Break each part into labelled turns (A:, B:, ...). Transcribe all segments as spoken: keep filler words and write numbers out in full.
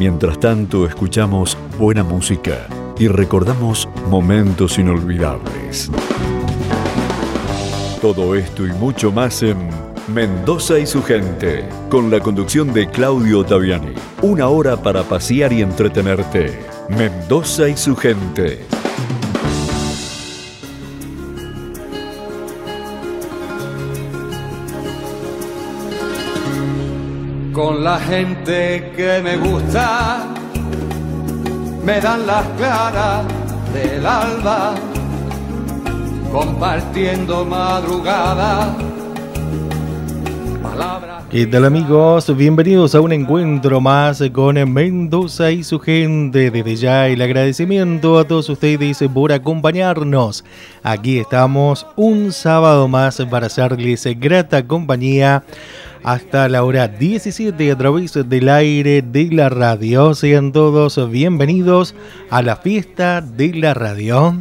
A: Mientras tanto, escuchamos buena música y recordamos momentos inolvidables. Todo esto y mucho más en Mendoza y su gente, con la conducción de Claudio Ottaviani. Una hora para pasear y entretenerte. Mendoza y su gente.
B: Con la gente que me gusta, me dan las claras del alba, compartiendo madrugada.
C: ¿Qué tal, amigos? Bienvenidos a un encuentro más con Mendoza y su gente. Desde ya el agradecimiento a todos ustedes por acompañarnos. Aquí estamos un sábado más para hacerles grata compañía hasta la hora diecisiete a través del aire de la radio. Sean todos bienvenidos a la fiesta de la radio.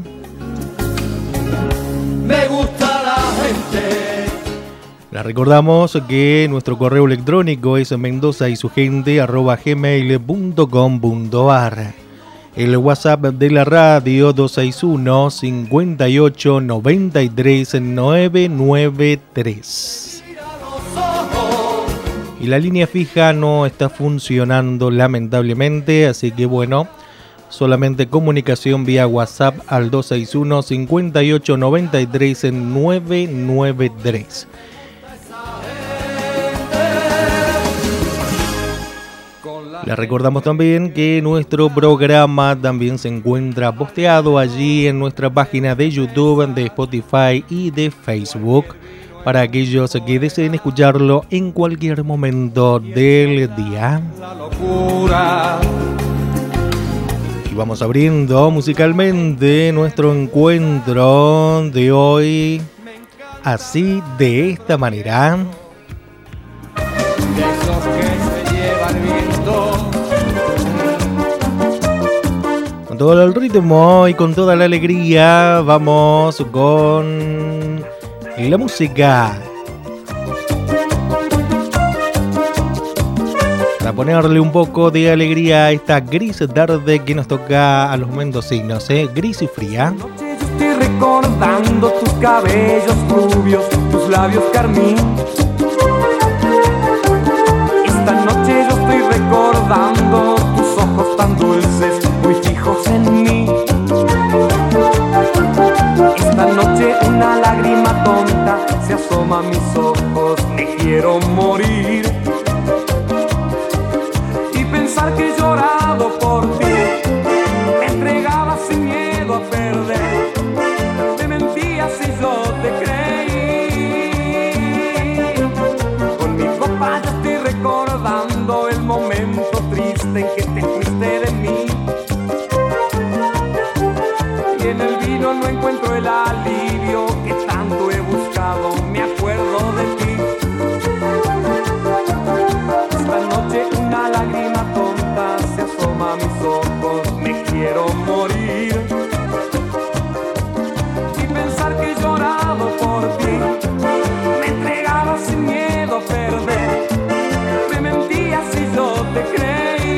B: Me gusta la gente.
C: Les recordamos que nuestro correo electrónico es mendoza y su gente arroba gmail punto com punto ar. El WhatsApp de la radio dos seis uno, cinco ocho, nueve tres, nueve nueve tres. Y la línea fija no está funcionando lamentablemente, así que bueno, solamente comunicación vía WhatsApp al dos seis uno, cinco ocho, nueve tres, nueve nueve tres. Les recordamos también que nuestro programa también se encuentra posteado allí en nuestra página de YouTube, de Spotify y de Facebook, para aquellos que deseen escucharlo en cualquier momento del día. Y vamos abriendo musicalmente nuestro encuentro de hoy, así, de esta manera. Con todo el ritmo y con toda la alegría, vamos con la música. Para ponerle un poco de alegría a esta gris tarde que nos toca a los mendocinos, ¿eh? Gris y fría.
D: Estoy recordando tus cabellos rubios, tus labios carmín. Esta noche yo estoy recordando tus ojos tan dulces, muy fijos en mí. Esta noche una lágrima tonta se asoma a mis ojos, me quiero morir. Y pensar que he llorado por ti, me entregaba sin miedo a perder. Me mentías y yo te creí. Con mi copa yo estoy recordando el momento triste en que te fuiste de mí. Y en el vino no encuentro el alivio que tanto he buscado, me acuerdo de ti. Esta noche una lágrima tonta se asoma a mis ojos, me quiero morir. Y pensar que he llorado por ti, me entregaba sin miedo a perder. Me mentías y yo te creí.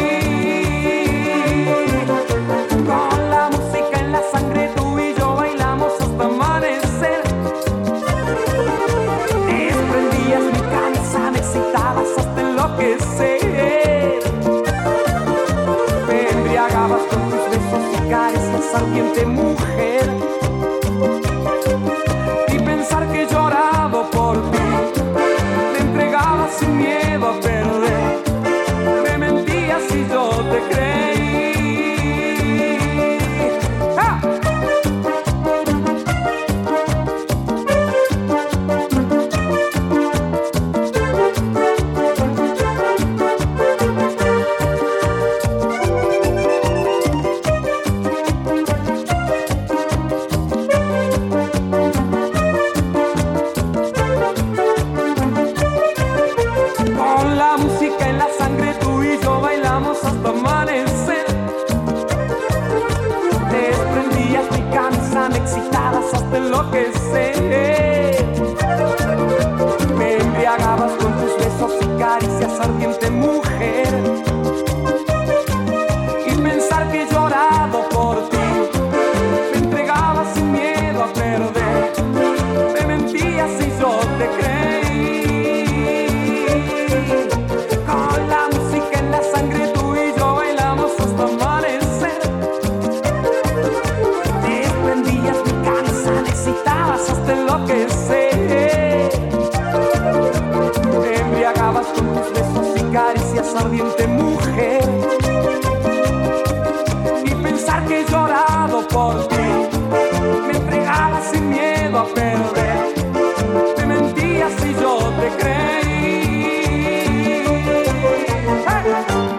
D: Con la música en la sangre tú y yo bailamos hasta amanecer. Te desprendías mi camisa, me excitabas hasta enloquecer. Me embriagabas con tus besos y caricias, ardiente mujer. Y pensar que he llorado por ti, me entregaba sin miedo a perder. Me mentías y yo te creí. ¡Ah! caricias ardiente mujer. Y pensar que he llorado por ti, me entregaba sin miedo a perder. Te mentías y yo te creí. ¡Hey!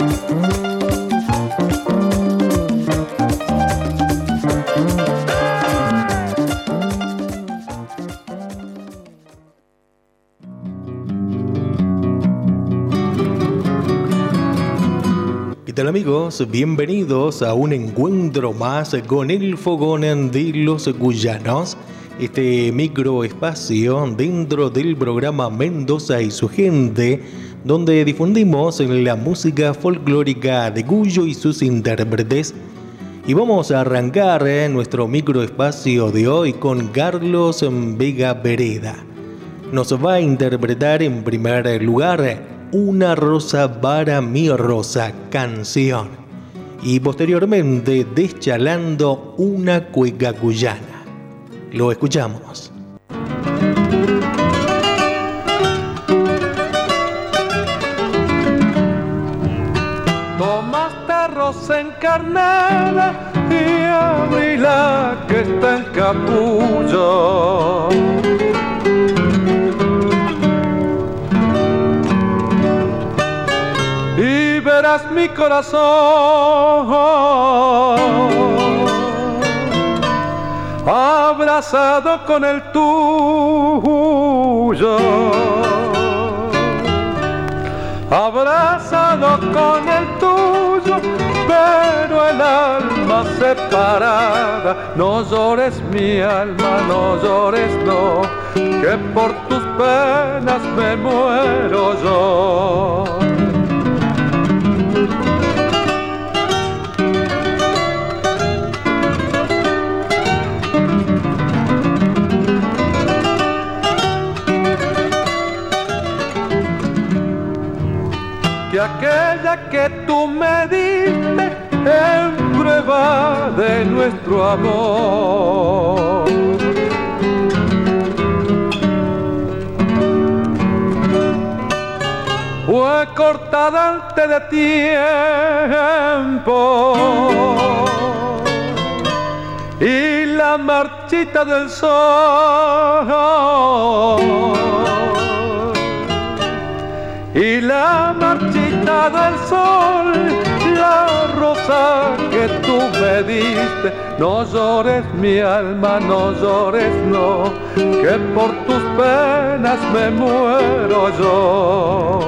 C: ¿Qué tal, amigos? Bienvenidos a un encuentro más con el Fogón de los Guyanos, este microespacio dentro del programa Mendoza y su gente, donde difundimos la música folclórica de Cuyo y sus intérpretes. Y vamos a arrancar eh, nuestro microespacio de hoy con Carlos Vega Vereda. Nos va a interpretar en primer lugar Una rosa para mi rosa, canción, y posteriormente Deschalando una cueca cuyana. Lo escuchamos.
B: Tomaste rosa encarnada y abrila que está en capullo. Y verás mi corazón abrazado con el tuyo, abrazado con el tuyo, pero el alma separada. No llores mi alma, no llores no, que por tus penas me muero yo. Que aquella que tú me diste en prueba de nuestro amor, fue cortada antes de tiempo, y la marchita del sol, y la marchita del sol, la rosa que tú me diste. No llores mi alma, no llores no, que por tus penas me muero yo.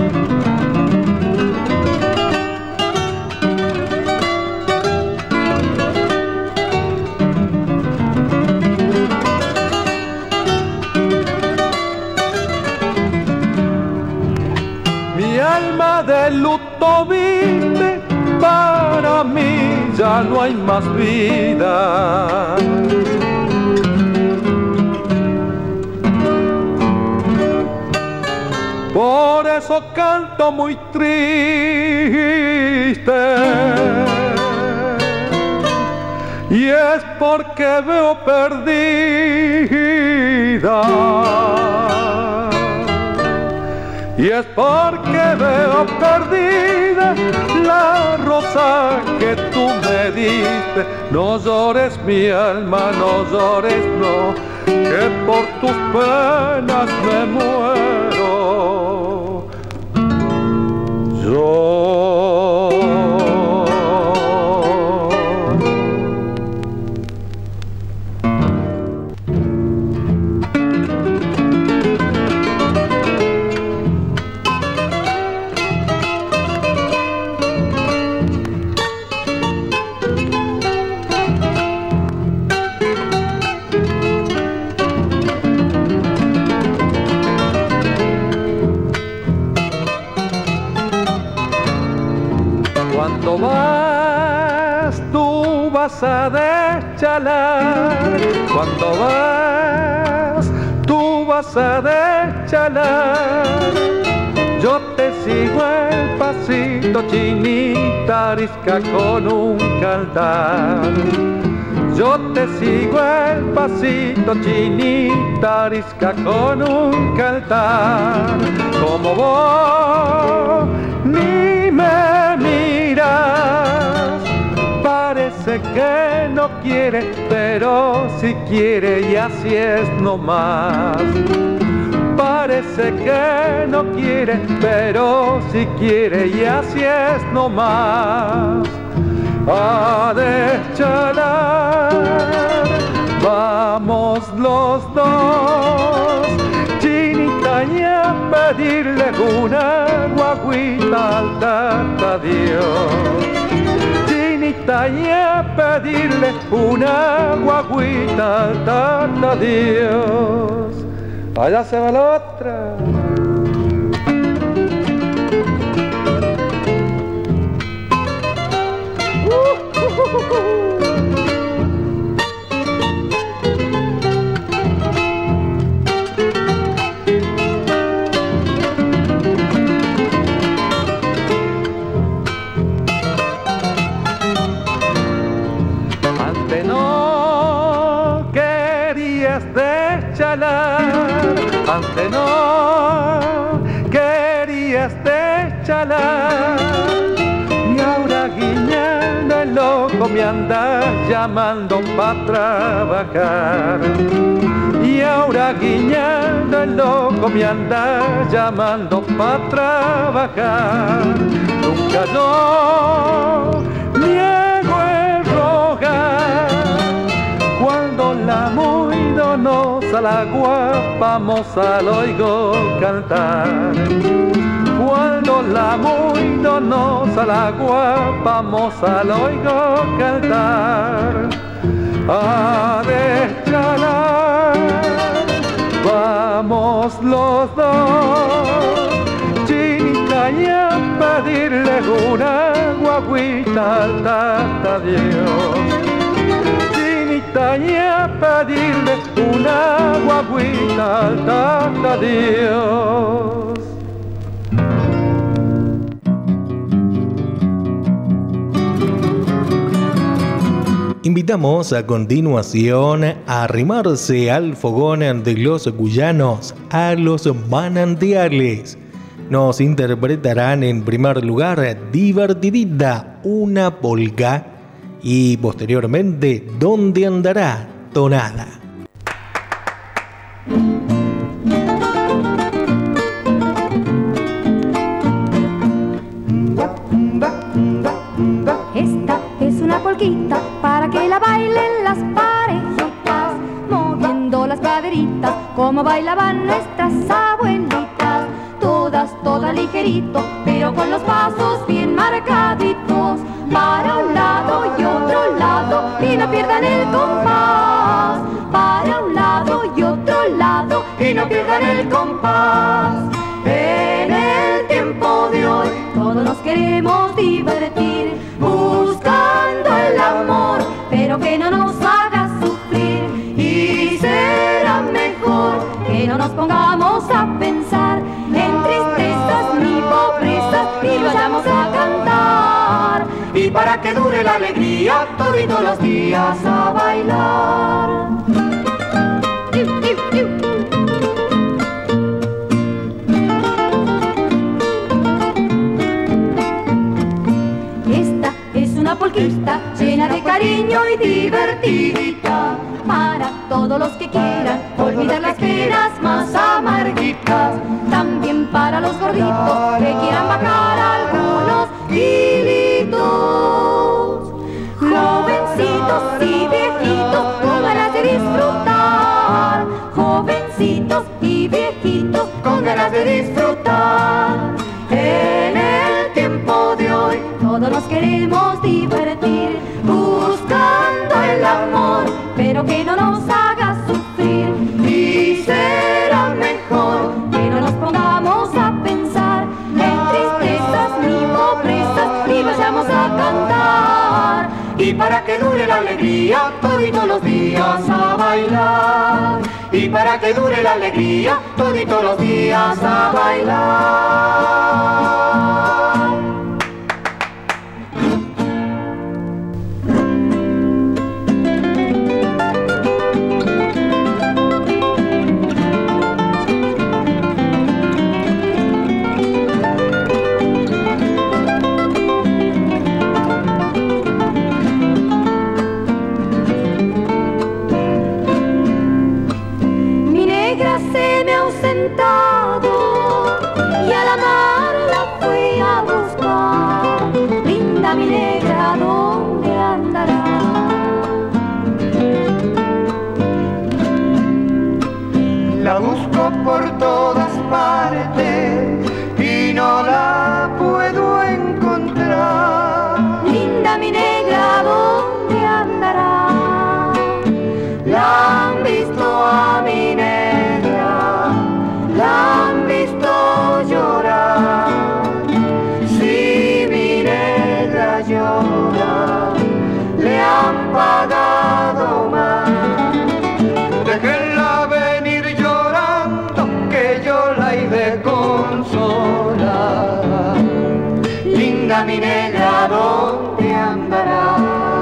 B: De luto viste, para mí ya no hay más vida. Por eso canto muy triste, y es porque veo perdida, y es porque veo perdida la rosa que tú me diste. No llores mi alma, no llores no, que por tus penas me muero yo. Cuando vas, tú vas a deschalar. Cuando vas, tú vas a deschalar. Yo te sigo el pasito, chinita arisca con un cantar. Yo te sigo el pasito, chinita arisca con un cantar. Como vos, ni que no quiere, pero si quiere y así es nomás. Parece que no quiere, pero si quiere y así es nomás. A deschalar, vamos los dos, Chinita, y a pedirle una guaguita al tata Dios. Chinita, y a pedirle una guaguita al tata Dios. Allá se va la otra. Antes no querías deschalar, antes no querías deschalar, y ahora guiñando el loco me andas llamando pa' trabajar. Y ahora guiñando el loco me andas llamando pa' trabajar. Nunca yo niego el rogar, cuando la muy donosa la guapa moza lo oigo cantar. Cuando la muy donosa la guapa moza lo oigo cantar. A deschalar, vamos los dos, Chinita, y a pedirle una guaguita al tata Dios. Chinita, y a pedirle una guaguita al tata Dios.
C: Invitamos a continuación a arrimarse al fogón de los guyanos, a los manantiales. Nos interpretarán en primer lugar Divertidita, una polca, y posteriormente ¿Dónde andará Tonada?
E: Esta es una polquita para que la bailen las parejitas, moviendo las caderitas como bailaban nuestras abuelitas. Todas, todas ligerito, pero con los pasos bien marcaditos, para un lado y otro lado, y no pierdan el compás. Para un lado y otro lado, y no pierdan el compás. En el tiempo de hoy todos nos queremos divertir, buscando el amor, pero que no nos haga sufrir. Y será mejor que no nos pongamos a pensar en tristezas ni pobrezas, y vayamos a cantar. Y para que dure la alegría, toditos los días a bailar. ¡Iu, iu, iu! Polquita llena de cariño y divertidita, para todos los que quieran olvidar las penas más amarguitas. También para los gorditos que quieran bajar algunos kilitos. Jovencitos y viejitos con ganas de disfrutar. Jovencitos y viejitos con ganas de disfrutar. En el tiempo de hoy todos nos queremos divertir, buscando el amor, pero que no nos haga sufrir. Y será mejor que no nos pongamos a pensar en tristezas ni pobrezas, y vayamos a cantar. Y para que dure la alegría, toditos los días a bailar. Y para que dure la alegría, toditos los días a bailar.
D: han pagado más. Déjenla venir llorando, que yo la he de consolar. Linda mi negra, ¿dónde andará?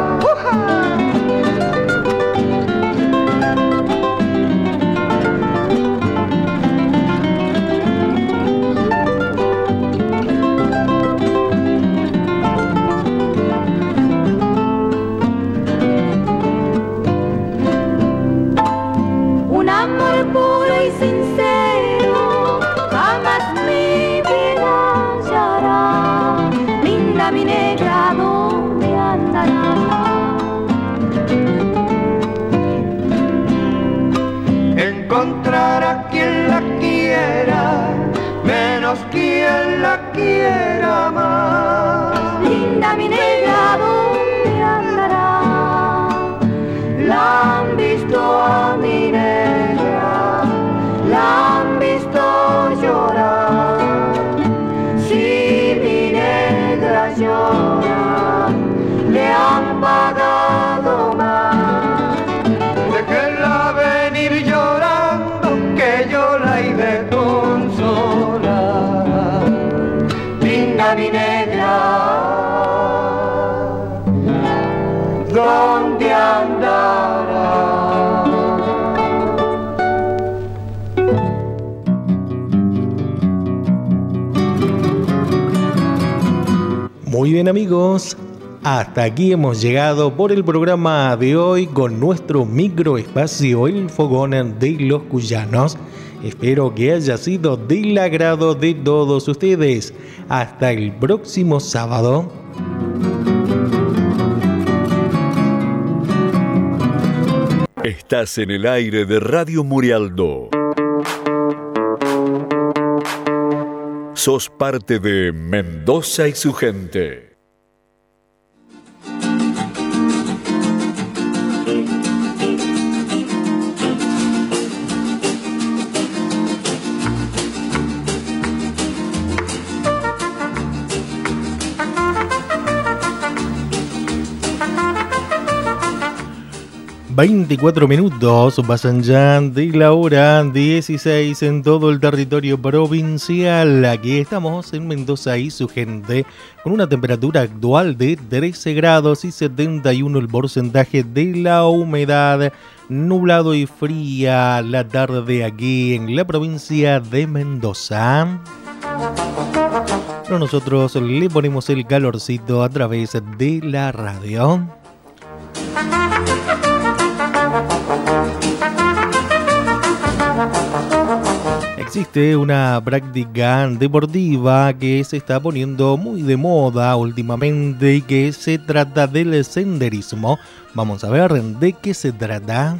D: Encontrará quien la quiera, menos quien la quiera más. Linda mi negra, ¿dónde andará? La han visto a mi negra, la han visto llorar. Si mi negra llora, le han pagado más. Déjenla venir llorando, que yo la he de consolar. Linda mi negra, ¿dónde andará?
C: Muy bien, amigos, hasta aquí hemos llegado por el programa de hoy con nuestro microespacio El Fogón de los Cuyanos. Espero que haya sido del agrado de todos ustedes. Hasta el próximo sábado.
A: Estás en el aire de Radio Murialdo. Sos parte de Mendoza y su gente.
C: veinticuatro minutos pasan ya de la hora dieciséis en todo el territorio provincial. Aquí estamos en Mendoza y su gente con una temperatura actual de trece grados y setenta y uno el porcentaje de la humedad. Nublado y fría la tarde aquí en la provincia de Mendoza. Pero nosotros le ponemos el calorcito a través de la radio. Existe una práctica deportiva que se está poniendo muy de moda últimamente y que se trata del senderismo. Vamos a ver de qué se trata.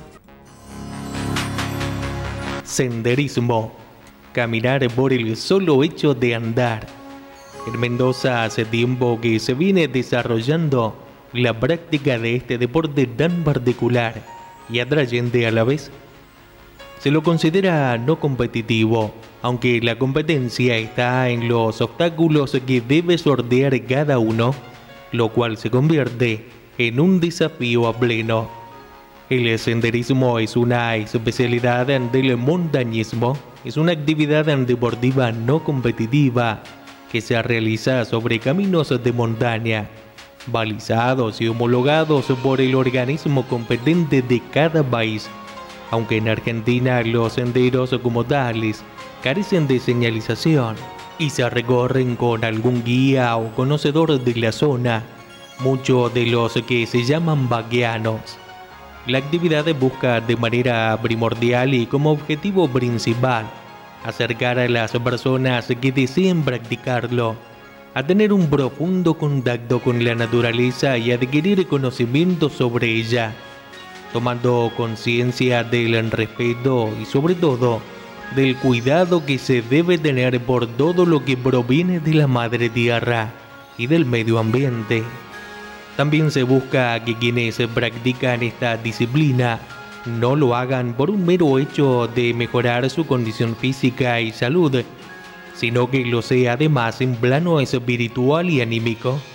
C: Senderismo. Caminar por el solo hecho de andar. En Mendoza hace tiempo que se viene desarrollando la práctica de este deporte tan particular y atrayente a la vez. Se lo considera no competitivo, aunque la competencia está en los obstáculos que debe sortear cada uno, lo cual se convierte en un desafío a pleno. El senderismo es una especialidad del montañismo, es una actividad deportiva no competitiva que se realiza sobre caminos de montaña, balizados y homologados por el organismo competente de cada país. Aunque en Argentina los senderos como tales carecen de señalización y se recorren con algún guía o conocedor de la zona, muchos de los que se llaman vaqueanos. La actividad busca de manera primordial y como objetivo principal acercar a las personas que deseen practicarlo a tener un profundo contacto con la naturaleza y adquirir conocimiento sobre ella, tomando conciencia del respeto y sobre todo del cuidado que se debe tener por todo lo que proviene de la madre tierra y del medio ambiente. También se busca que quienes practican esta disciplina no lo hagan por un mero hecho de mejorar su condición física y salud, sino que lo sea además en plano espiritual y anímico,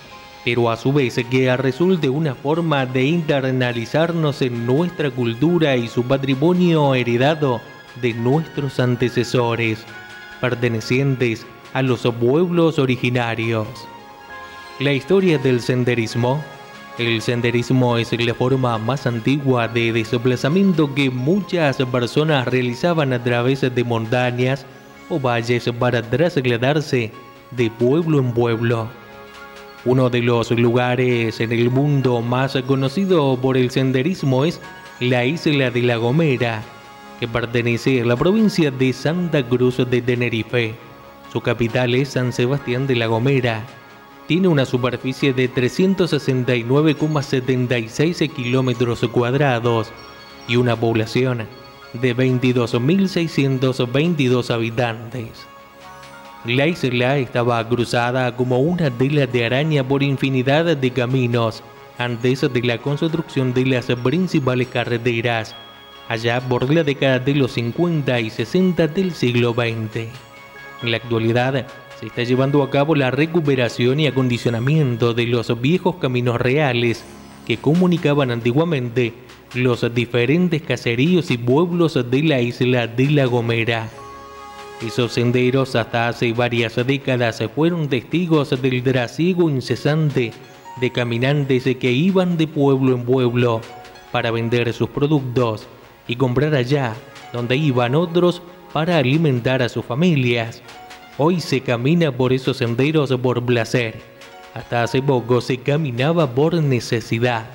C: pero a su vez que resulte una forma de internalizarnos en nuestra cultura y su patrimonio heredado de nuestros antecesores, pertenecientes a los pueblos originarios. La historia del senderismo. El senderismo es la forma más antigua de desplazamiento que muchas personas realizaban a través de montañas o valles para trasladarse de pueblo en pueblo. Uno de los lugares en el mundo más conocido por el senderismo es la isla de La Gomera, que pertenece a la provincia de Santa Cruz de Tenerife. Su capital es San Sebastián de La Gomera. Tiene una superficie de trescientos sesenta y nueve coma setenta y seis kilómetros cuadrados y una población de veintidós mil seiscientos veintidós habitantes. La isla estaba cruzada como una tela de araña por infinidad de caminos antes de la construcción de las principales carreteras, allá por la década de los cincuenta y sesenta del siglo veinte. En la actualidad se está llevando a cabo la recuperación y acondicionamiento de los viejos caminos reales que comunicaban antiguamente los diferentes caseríos y pueblos de la isla de La Gomera. Esos senderos hasta hace varias décadas fueron testigos del trasiego incesante de caminantes que iban de pueblo en pueblo para vender sus productos y comprar allá donde iban otros para alimentar a sus familias. Hoy se camina por esos senderos por placer. Hasta hace poco se caminaba por necesidad.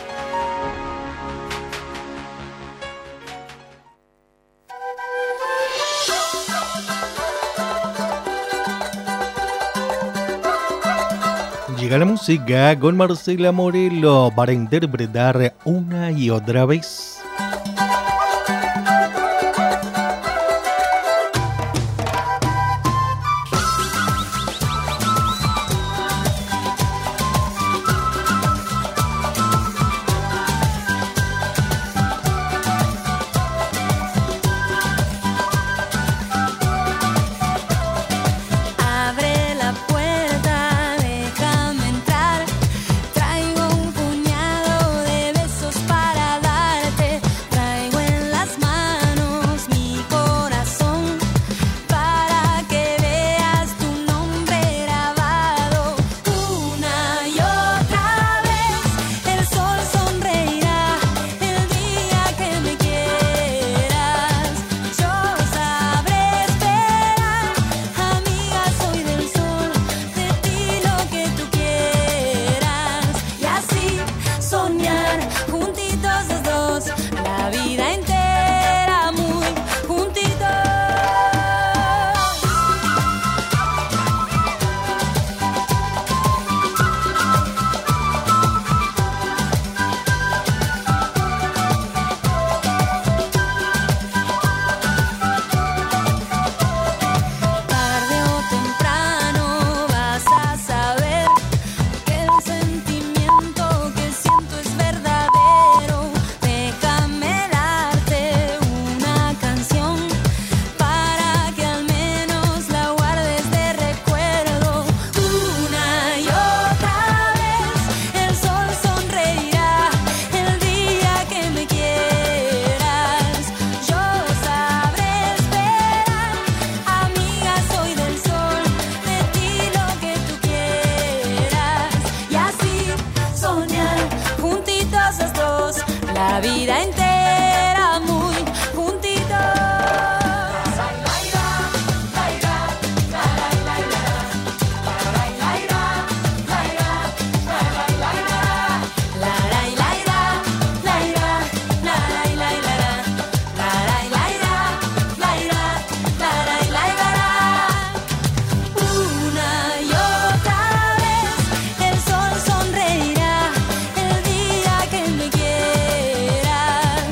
C: Llega la música con Marcela Morelo para interpretar Una y Otra Vez.
F: la vida entera muy juntitos. Quieras,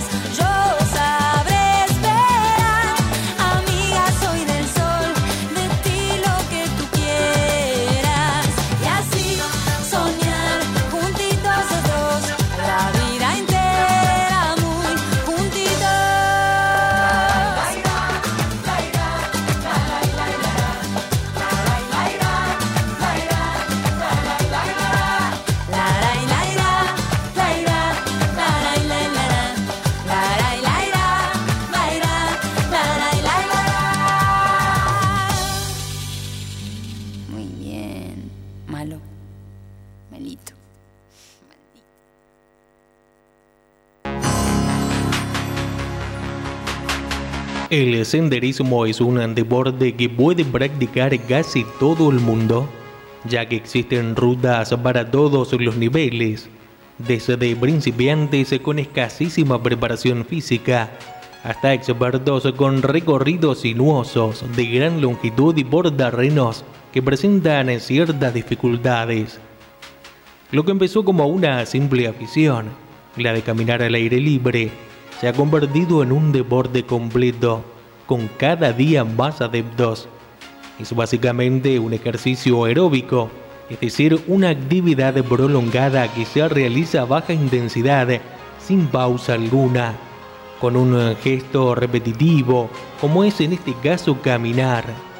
F: Melito.
C: El senderismo es un deporte que puede practicar casi todo el mundo, ya que existen rutas para todos los niveles, desde principiantes con escasísima preparación física hasta expertos con recorridos sinuosos de gran longitud y por terrenos que presentan ciertas dificultades. Lo que empezó como una simple afición, la de caminar al aire libre, se ha convertido en un deporte completo, con cada día más adeptos. Es básicamente un ejercicio aeróbico, es decir, una actividad prolongada que se realiza a baja intensidad, sin pausa alguna, con un gesto repetitivo, como es en este caso caminar.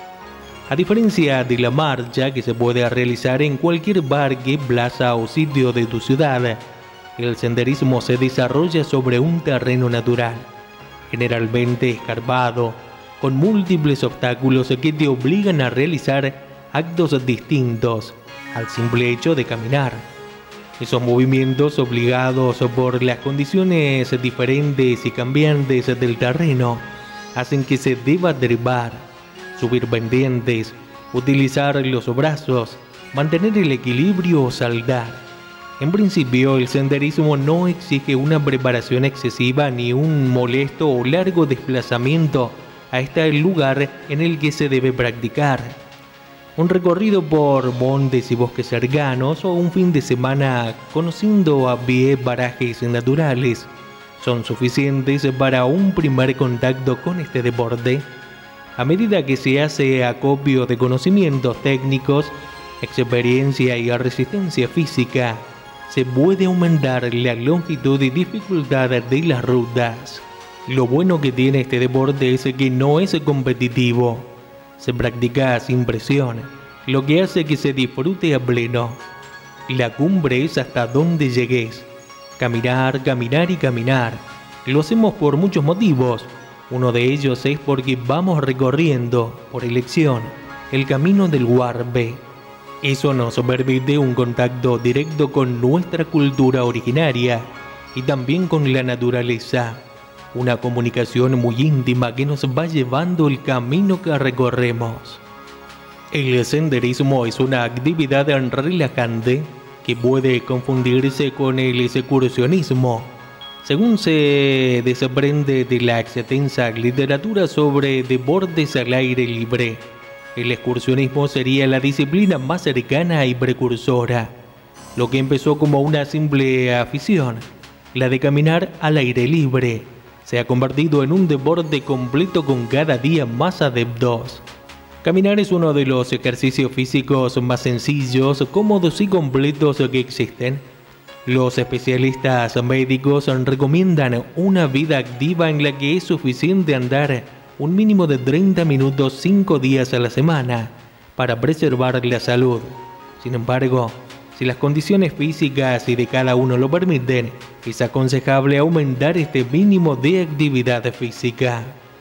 C: A diferencia de la marcha que se puede realizar en cualquier parque, plaza o sitio de tu ciudad, el senderismo se desarrolla sobre un terreno natural, generalmente escarpado, con múltiples obstáculos que te obligan a realizar actos distintos al simple hecho de caminar. Esos movimientos obligados por las condiciones diferentes y cambiantes del terreno hacen que se deba trepar, subir pendientes, utilizar los brazos, mantener el equilibrio o saltar. En principio, el senderismo no exige una preparación excesiva ni un molesto o largo desplazamiento hasta el lugar en el que se debe practicar. Un recorrido por montes y bosques cercanos o un fin de semana conociendo a pie parajes naturales son suficientes para un primer contacto con este deporte. A medida que se hace acopio de conocimientos técnicos, experiencia y resistencia física, se puede aumentar la longitud y dificultad de las rutas. Lo bueno que tiene este deporte es que no es competitivo. Se practica sin presión, lo que hace que se disfrute a pleno. La cumbre es hasta donde llegues. Caminar, caminar y caminar. Lo hacemos por muchos motivos. Uno de ellos es porque vamos recorriendo, por elección, el camino del Huarpe. Eso nos permite un contacto directo con nuestra cultura originaria y también con la naturaleza. Una comunicación muy íntima que nos va llevando el camino que recorremos. El senderismo es una actividad relajante que puede confundirse con el excursionismo, según se desprende de la extensa literatura sobre deportes al aire libre. El excursionismo sería la disciplina más cercana y precursora, lo que empezó como una simple afición, la de caminar al aire libre, se ha convertido en un deporte completo con cada día más adeptos. Caminar es uno de los ejercicios físicos más sencillos, cómodos y completos que existen. Los especialistas médicos recomiendan una vida activa en la que es suficiente andar un mínimo de treinta minutos cinco días a la semana para preservar la salud. Sin embargo, si las condiciones físicas y de cada uno lo permiten, es aconsejable aumentar este mínimo de actividad física.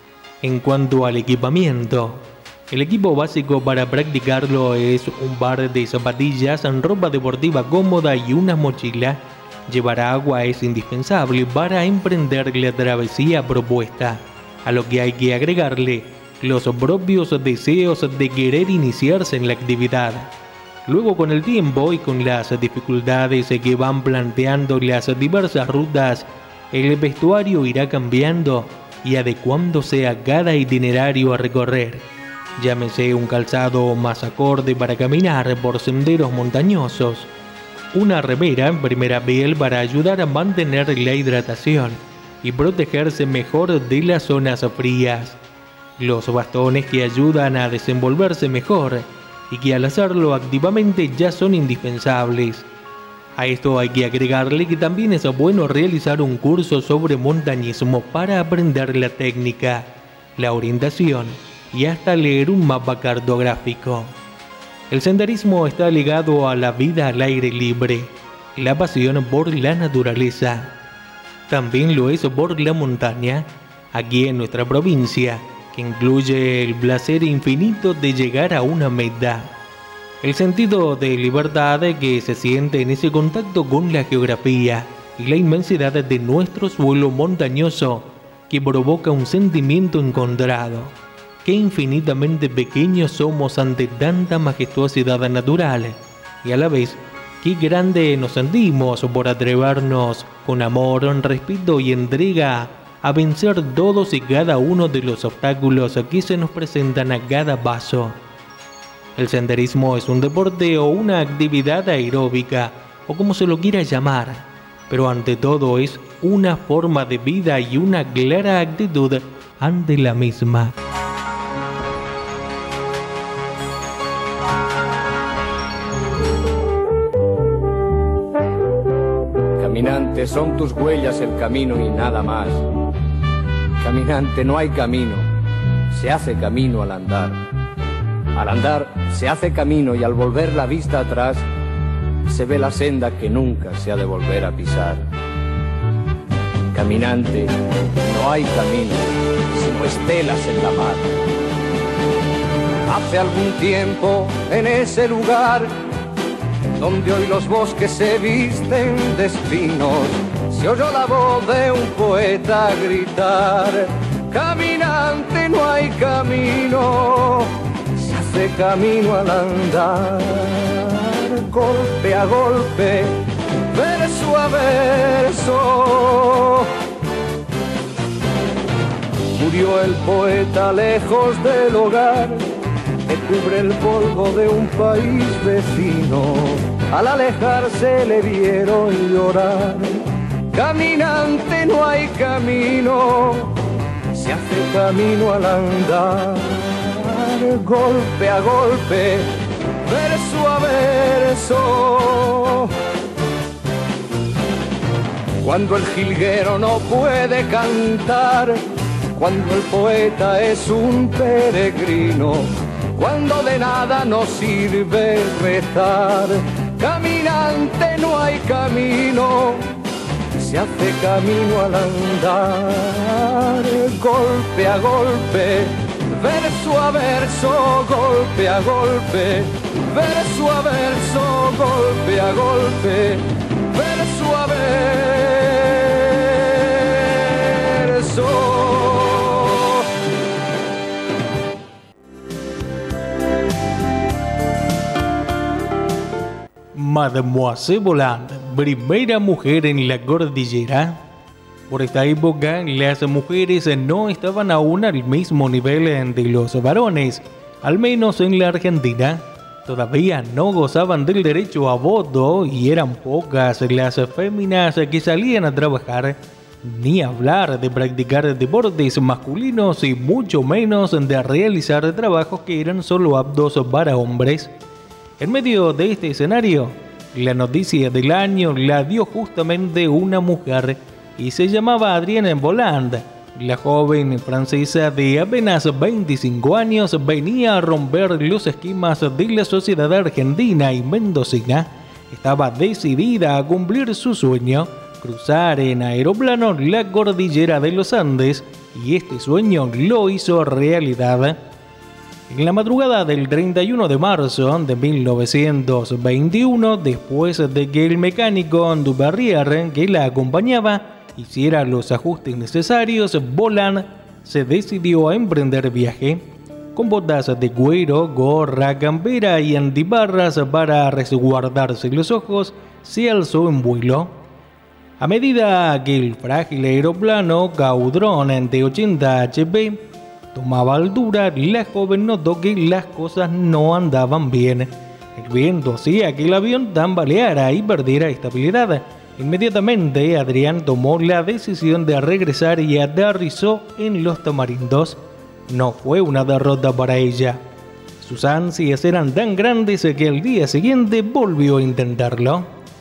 C: En cuanto al equipamiento, el equipo básico para practicarlo es un par de zapatillas, ropa deportiva cómoda y una mochila. Llevar agua es indispensable para emprender la travesía propuesta, a lo que hay que agregarle los propios deseos de querer iniciarse en la actividad. Luego, con el tiempo y con las dificultades que van planteando las diversas rutas, el vestuario irá cambiando y adecuándose a cada itinerario a recorrer. Llámese un calzado más acorde para caminar por senderos montañosos, una remera en primera piel para ayudar a mantener la hidratación y protegerse mejor de las zonas frías, los bastones que ayudan a desenvolverse mejor y que al hacerlo activamente ya son indispensables. A esto hay que agregarle que también es bueno realizar un curso sobre montañismo para aprender la técnica, la orientación y hasta leer un mapa cartográfico. El senderismo está ligado a la vida al aire libre, la pasión por la naturaleza. También lo es por la montaña, aquí en nuestra provincia, que incluye el placer infinito de llegar a una meta. El sentido de libertad que se siente en ese contacto con la geografía y la inmensidad de nuestro suelo montañoso que provoca un sentimiento encontrado. Qué infinitamente pequeños somos ante tanta majestuosidad natural y a la vez qué grande nos sentimos por atrevernos con amor, respeto y entrega a vencer todos y cada uno de los obstáculos que se nos presentan a cada paso. El senderismo es un deporte o una actividad aeróbica, o como se lo quiera llamar, pero ante todo es una forma de vida y una clara actitud ante la misma.
G: Caminante, son tus huellas el camino y nada más. Caminante, no hay camino, se hace camino al andar. Al andar se hace camino y al volver la vista atrás se ve la senda que nunca se ha de volver a pisar. Caminante, no hay camino, sino estelas en la mar. Hace algún tiempo en ese lugar donde hoy los bosques se visten de espinos, se oyó la voz de un poeta gritar: caminante, no hay camino, se hace camino al andar. Golpe a golpe, verso a verso, murió el poeta lejos del hogar, que cubre el polvo de un país vecino. Al alejarse le vieron llorar. Caminante, no hay camino, se hace camino al andar. Golpe a golpe, verso a verso. Cuando el jilguero no puede cantar, cuando el poeta es un peregrino, cuando de nada nos sirve rezar. Caminante, no hay camino, se hace camino al andar. Golpe a golpe, verso a verso, golpe a golpe, verso a verso, golpe a golpe, verso a verso.
C: Mademoiselle Voland, primera mujer en la cordillera. Por esta época, las mujeres no estaban aún al mismo nivel de los varones, al menos en la Argentina. Todavía no gozaban del derecho a voto y eran pocas las féminas que salían a trabajar, ni hablar de practicar deportes masculinos y mucho menos de realizar trabajos que eran solo aptos para hombres. En medio de este escenario, la noticia del año la dio justamente una mujer y se llamaba Adrienne Voland. La joven francesa de apenas veinticinco años venía a romper los esquemas de la sociedad argentina y mendocina. Estaba decidida a cumplir su sueño, cruzar en aeroplano la cordillera de los Andes, y este sueño lo hizo realidad. En la madrugada del treinta y uno de marzo de mil novecientos veintiuno, después de que el mecánico Duverrier que la acompañaba hiciera los ajustes necesarios, Voland se decidió a emprender viaje. Con botas de cuero, gorra, campera y antiparras para resguardarse los ojos, se alzó en vuelo. A medida que el frágil aeroplano Caudron de ochenta H P tomaba altura, la joven notó que las cosas no andaban bien. El viento hacía que el avión tambaleara y perdiera estabilidad. Inmediatamente, Adrienne tomó la decisión de regresar y aterrizó en Los Tamarindos. No fue una derrota para ella. Sus ansias eran tan grandes que al día siguiente volvió a intentarlo.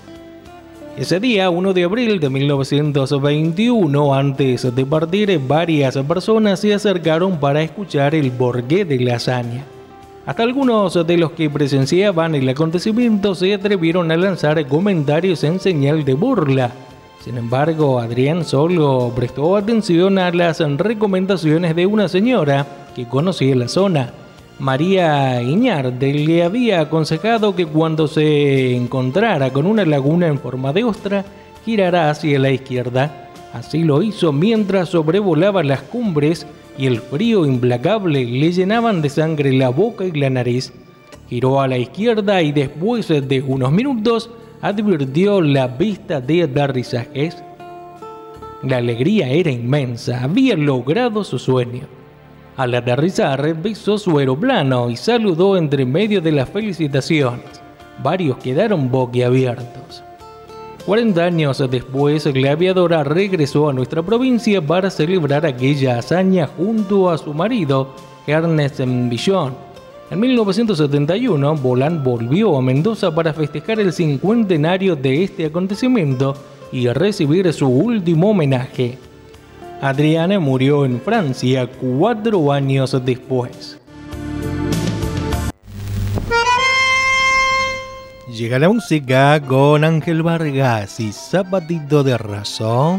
C: Ese día, uno de abril de mil novecientos veintiuno, antes de partir, varias personas se acercaron para escuchar el porqué de la hazaña. Hasta algunos de los que presenciaban el acontecimiento se atrevieron a lanzar comentarios en señal de burla. Sin embargo, Adrienne solo prestó atención a las recomendaciones de una señora que conocía la zona. María Iñarde le había aconsejado que cuando se encontrara con una laguna en forma de ostra, girara hacia la izquierda. Así lo hizo mientras sobrevolaba las cumbres y el frío implacable le llenaban de sangre la boca y la nariz. Giró a la izquierda y después de unos minutos advirtió la vista de aterrizajes. La alegría era inmensa, había logrado su sueño. Al aterrizar, besó su aeroplano y saludó entre medio de las felicitaciones. Varios quedaron boquiabiertos. cuarenta años después, la aviadora regresó a nuestra provincia para celebrar aquella hazaña junto a su marido, Ernest Villon. En mil novecientos setenta y uno, Bolán volvió a Mendoza para festejar el cincuentenario de este acontecimiento y recibir su último homenaje. Adriana murió en Francia cuatro años después. Llega la música con Ángel Vargas y Zapatito de Raso.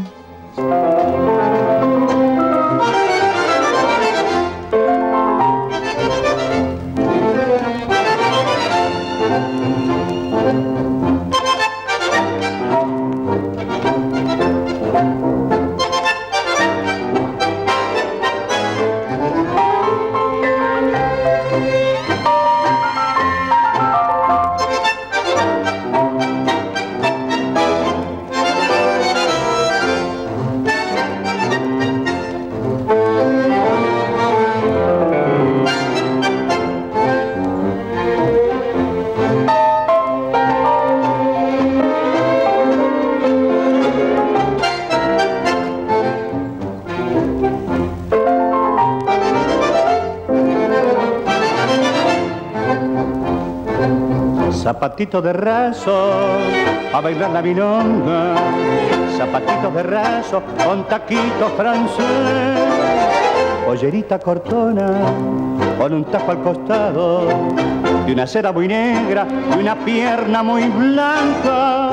H: Zapatitos de raso, a bailar la milonga, zapatitos de raso, con taquito francés, pollerita cortona, con un taco al costado, de una cera muy negra y una pierna muy blanca,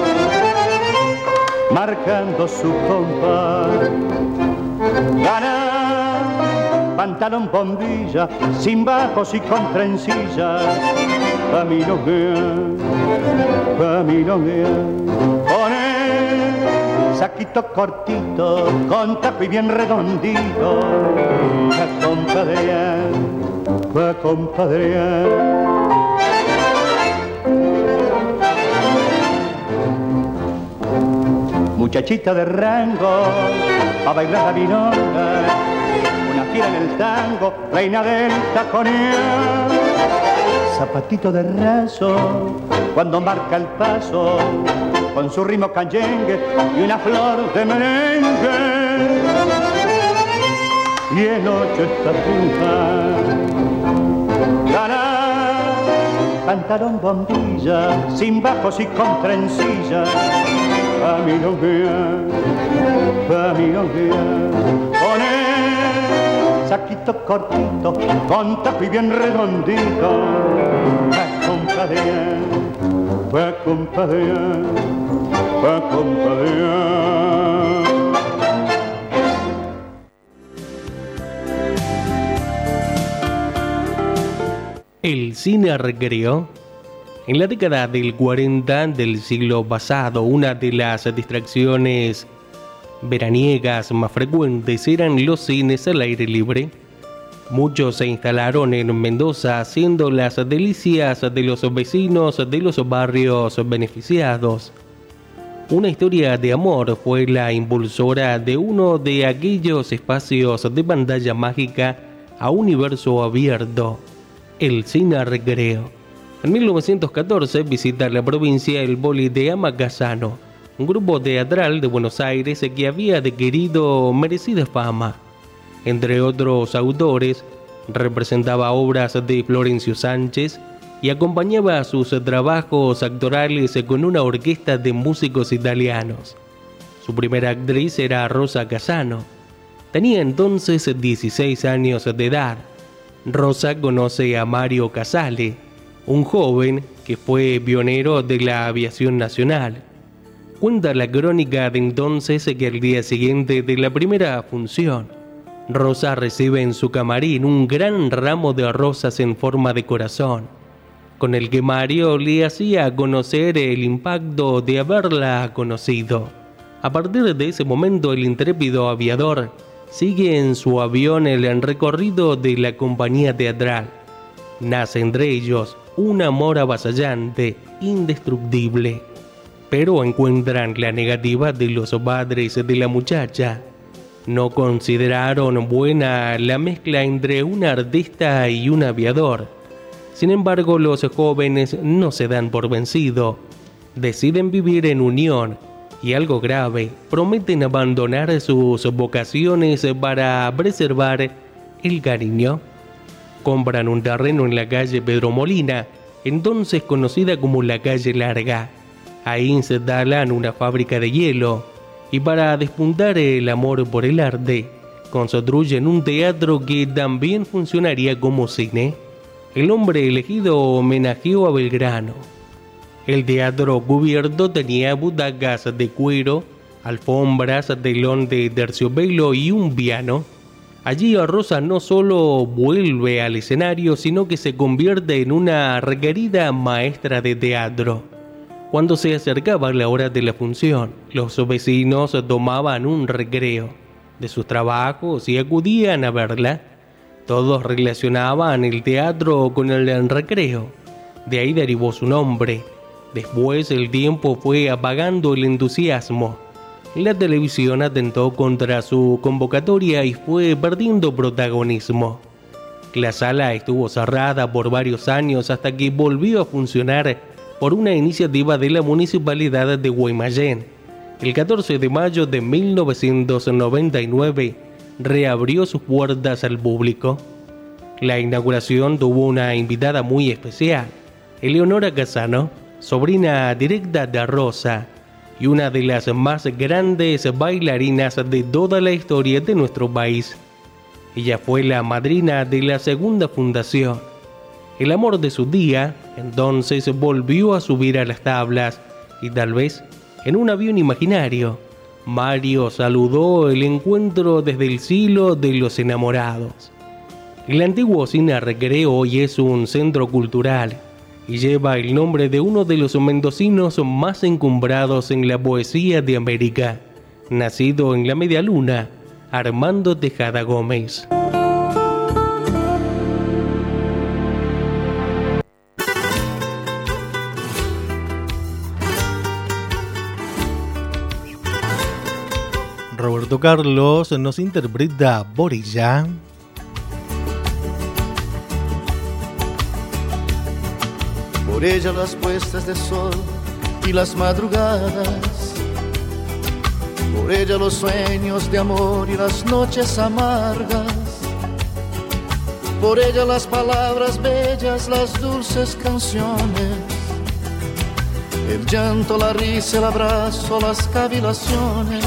H: marcando su compás. Gana, pantalón bombilla, sin bajos y con trencillas, pa' mi novia, pa' mi novia. Pone saquito cortito, con taco y bien redondito, pa' compadrear, pa' compadrear. Muchachita de rango, pa' bailar la milonga, una fiera en el tango, reina del taconeo. Zapatito de raso, cuando marca el paso, con su ritmo canyengue y una flor de merengue. Y en ocho está punta, gana, pantalón bombilla, sin bajos y con trencillas, pa' mi novia, pa' mi novia. Pone saquito cortito, con taco y bien redondito, pa' compadrear, pa' compadrear, pa' compadrear.
C: El cine recreó. En la década del cuarenta del siglo pasado, una de las distracciones veraniegas más frecuentes eran los cines al aire libre. Muchos se instalaron en Mendoza, haciendo las delicias de los vecinos de los barrios beneficiados. Una historia de amor fue la impulsora de uno de aquellos espacios de pantalla mágica a universo abierto, el cine recreo. En mil novecientos catorce visita la provincia el Boli de Amacasano, un grupo teatral de Buenos Aires que había adquirido merecida fama. Entre otros autores, representaba obras de Florencio Sánchez y acompañaba sus trabajos actorales con una orquesta de músicos italianos. Su primera actriz era Rosa Casano. Tenía entonces dieciséis años de edad. Rosa conoce a Mario Casale, un joven que fue pionero de la aviación nacional. Cuenta la crónica de entonces que al día siguiente de la primera función,
I: Rosa recibe en su camarín un gran ramo de rosas en forma de corazón, con el que Mario le hacía conocer el impacto de haberla conocido. A partir de ese momento, el intrépido aviador sigue en su avión el recorrido de la compañía teatral. Nace entre ellos un amor avasallante, indestructible, pero encuentran la negativa de los padres de la muchacha. No consideraron buena la mezcla entre un artista y un aviador. Sin embargo, los jóvenes no se dan por vencido. Deciden vivir en unión y, algo grave, prometen abandonar sus vocaciones para preservar el cariño. Compran un terreno en la calle Pedro Molina, entonces conocida como la calle Larga. Ahí instalan una fábrica de hielo y, para despuntar el amor por el arte, construyen un teatro que también funcionaría como cine. El hombre elegido homenajeó a Belgrano. El teatro cubierto tenía butacas de cuero, alfombras, telón de terciopelo y un piano. Allí Rosa no solo vuelve al escenario, sino que se convierte en una requerida maestra de teatro. Cuando se acercaba la hora de la función, los vecinos tomaban un recreo de sus trabajos y acudían a verla. Todos relacionaban el teatro con el recreo. De ahí derivó su nombre. Después el tiempo fue apagando el entusiasmo. La televisión atentó contra su convocatoria y fue perdiendo protagonismo. La sala estuvo cerrada por varios años hasta que volvió a funcionar por una iniciativa de la Municipalidad de Guaymallén. El catorce de mayo de mil novecientos noventa y nueve reabrió sus puertas al público. La inauguración tuvo una invitada muy especial, Eleonora Casano, sobrina directa de Rosa y una de las más grandes bailarinas de toda la historia de nuestro país. Ella fue la madrina de la segunda fundación. El amor de su día, entonces, volvió a subir a las tablas y, tal vez, en un avión imaginario, Mario saludó el encuentro desde el silo de los enamorados. El antiguo cine Recreo hoy es un centro cultural y lleva el nombre de uno de los mendocinos más encumbrados en la poesía de América, nacido en la Media Luna, Armando Tejada Gómez.
C: Roberto Carlos nos interpreta Borilla.
J: Por ella las puestas de sol y las madrugadas, por ella los sueños de amor y las noches amargas, por ella las palabras bellas, las dulces canciones, el llanto, la risa, el abrazo, las cavilaciones.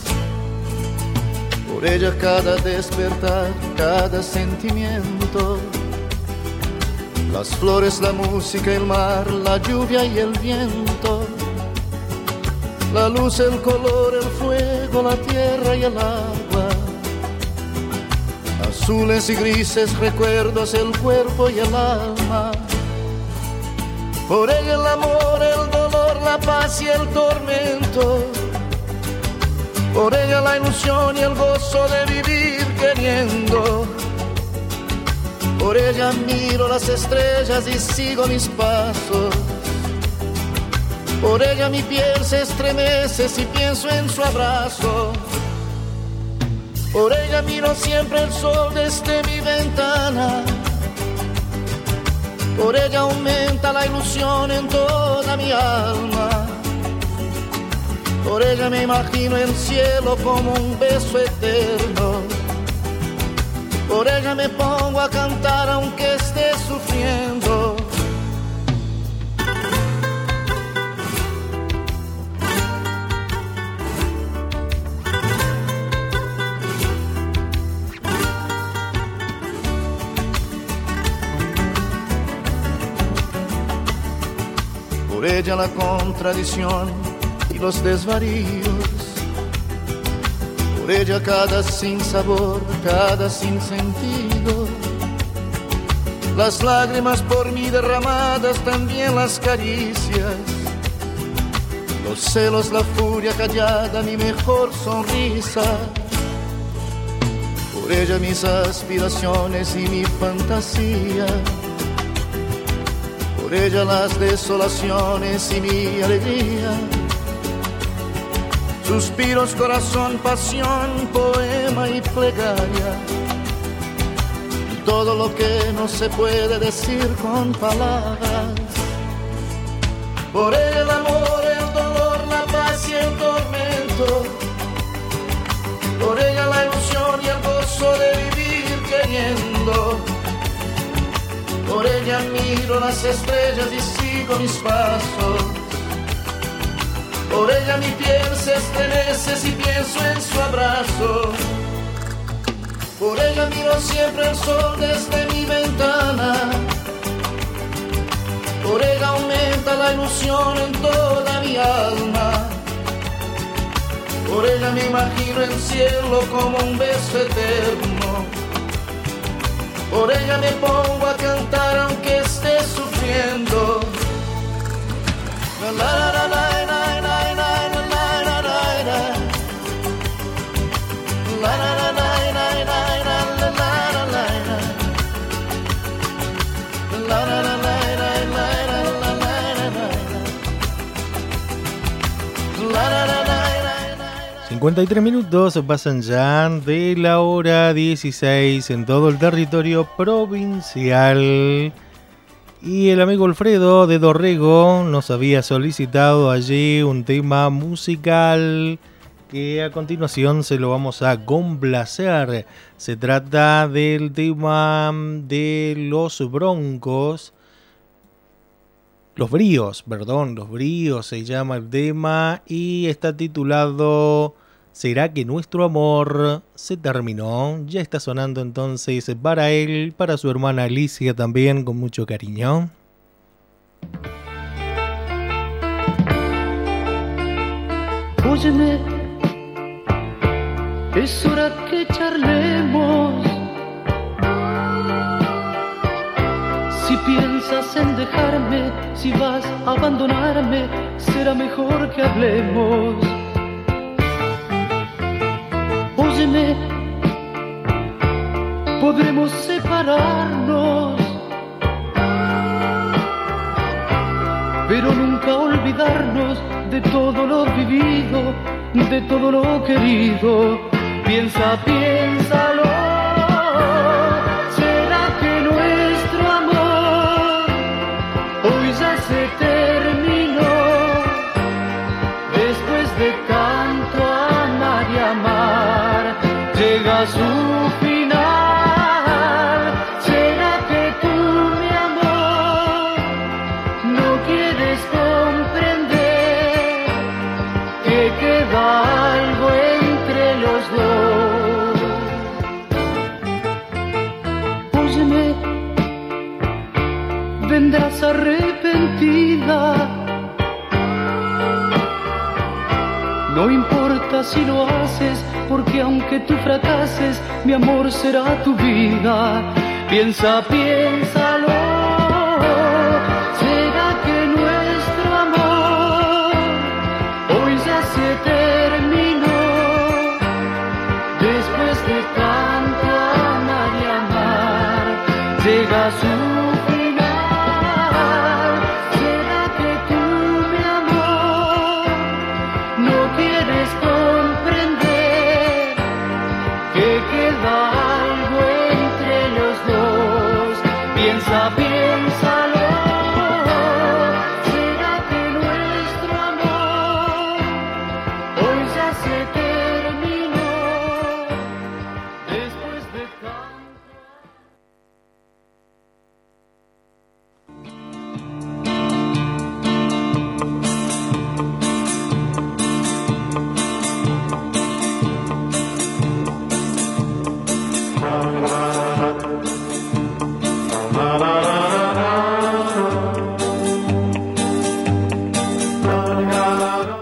J: Por ella cada despertar, cada sentimiento, las flores, la música, el mar, la lluvia y el viento, la luz, el color, el fuego, la tierra y el agua, azules y grises recuerdos, el cuerpo y el alma. Por ella el amor, el dolor, la paz y el tormento, por ella la ilusión y el gozo de vivir queriendo. Por ella miro las estrellas y sigo mis pasos. Por ella mi piel se estremece si pienso en su abrazo. Por ella miro siempre el sol desde mi ventana. Por ella aumenta la ilusión en toda mi alma. Por ella me imagino el cielo como un beso eterno. Por ella me pongo a cantar aunque esté sufriendo. Por ella la contradicción y los desvaríos. Por por ella cada sinsabor, cada sinsentido. Las lágrimas por mí derramadas, también las caricias. Los celos, la furia callada, mi mejor sonrisa. Por ella mis aspiraciones y mi fantasía. Por ella las desolaciones y mi alegría. Suspiros, corazón, pasión, poema y plegaria. Todo lo que no se puede decir con palabras. Por ella el amor, el dolor, la paz y el tormento. Por ella la ilusión y el gozo de vivir queriendo. Por ella miro las estrellas y sigo mis pasos. Por ella mi piel se estremece si pienso en su abrazo. Por ella miro siempre el sol desde mi ventana. Por ella aumenta la ilusión en toda mi alma. Por ella me imagino el cielo como un beso eterno. Por ella me pongo a cantar aunque esté sufriendo. La la la la la la la la la la la. La la la la la la la la la la. La la la la la la la la. La la la la.
C: cincuenta y tres minutos pasan ya de la hora dieciséis en todo el territorio provincial. Y el amigo Alfredo de Dorrego nos había solicitado allí un tema musical que a continuación se lo vamos a complacer. Se trata del tema de Los Broncos. Los Bríos, perdón, Los Bríos se llama el tema y está titulado ¿Será que nuestro amor se terminó? Ya está sonando entonces para él, para su hermana Alicia también, con mucho cariño.
K: Óyeme, es hora que charlemos. Si piensas en dejarme, si vas a abandonarme, será mejor que hablemos. Óyeme, podremos separarnos, pero nunca olvidarnos de todo lo vivido, de todo lo querido. Piensa, piénsalo. ¿Será que nuestro amor hoy ya se terminó? Después de tanto amar y amar, llega su final. ¿Será que tú, mi amor, no quieres comprender que queda algo entre los dos? Óyeme, vendrás arrepentida. No importa si lo haces, porque aunque tú fracases, mi amor será tu vida. Piensa, piénsalo. ¿Será que nuestro amor hoy ya se terminó? Después de tanto amar y amar, llega su final. ¿Será que tú, mi amor, no quieres comprender que queda algo entre los dos? Piensa,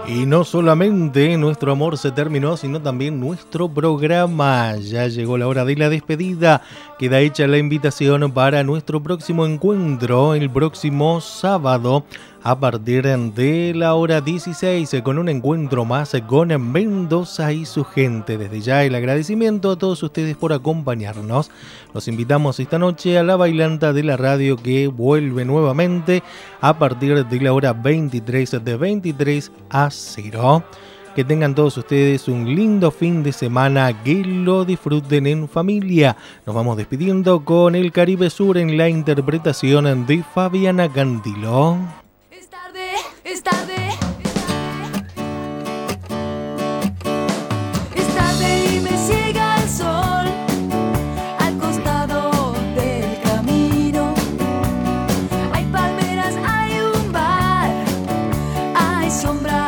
C: Y no solamente nuestro amor se terminó, sino también nuestro programa. Ya llegó la hora de la despedida. Queda hecha la invitación para nuestro próximo encuentro el próximo sábado a partir de la hora dieciséis con un encuentro más con Mendoza y su gente. Desde ya el agradecimiento a todos ustedes por acompañarnos. Los invitamos esta noche a la bailanta de la radio que vuelve nuevamente a partir de la hora veintitrés, de veintitrés a cero. Que tengan todos ustedes un lindo fin de semana, que lo disfruten en familia. Nos vamos despidiendo con el Caribe Sur en la interpretación de Fabiana Cantilo.
F: Es tarde, es tarde. Es tarde y me ciega el sol al costado del camino. Hay palmeras, hay un bar, hay sombras.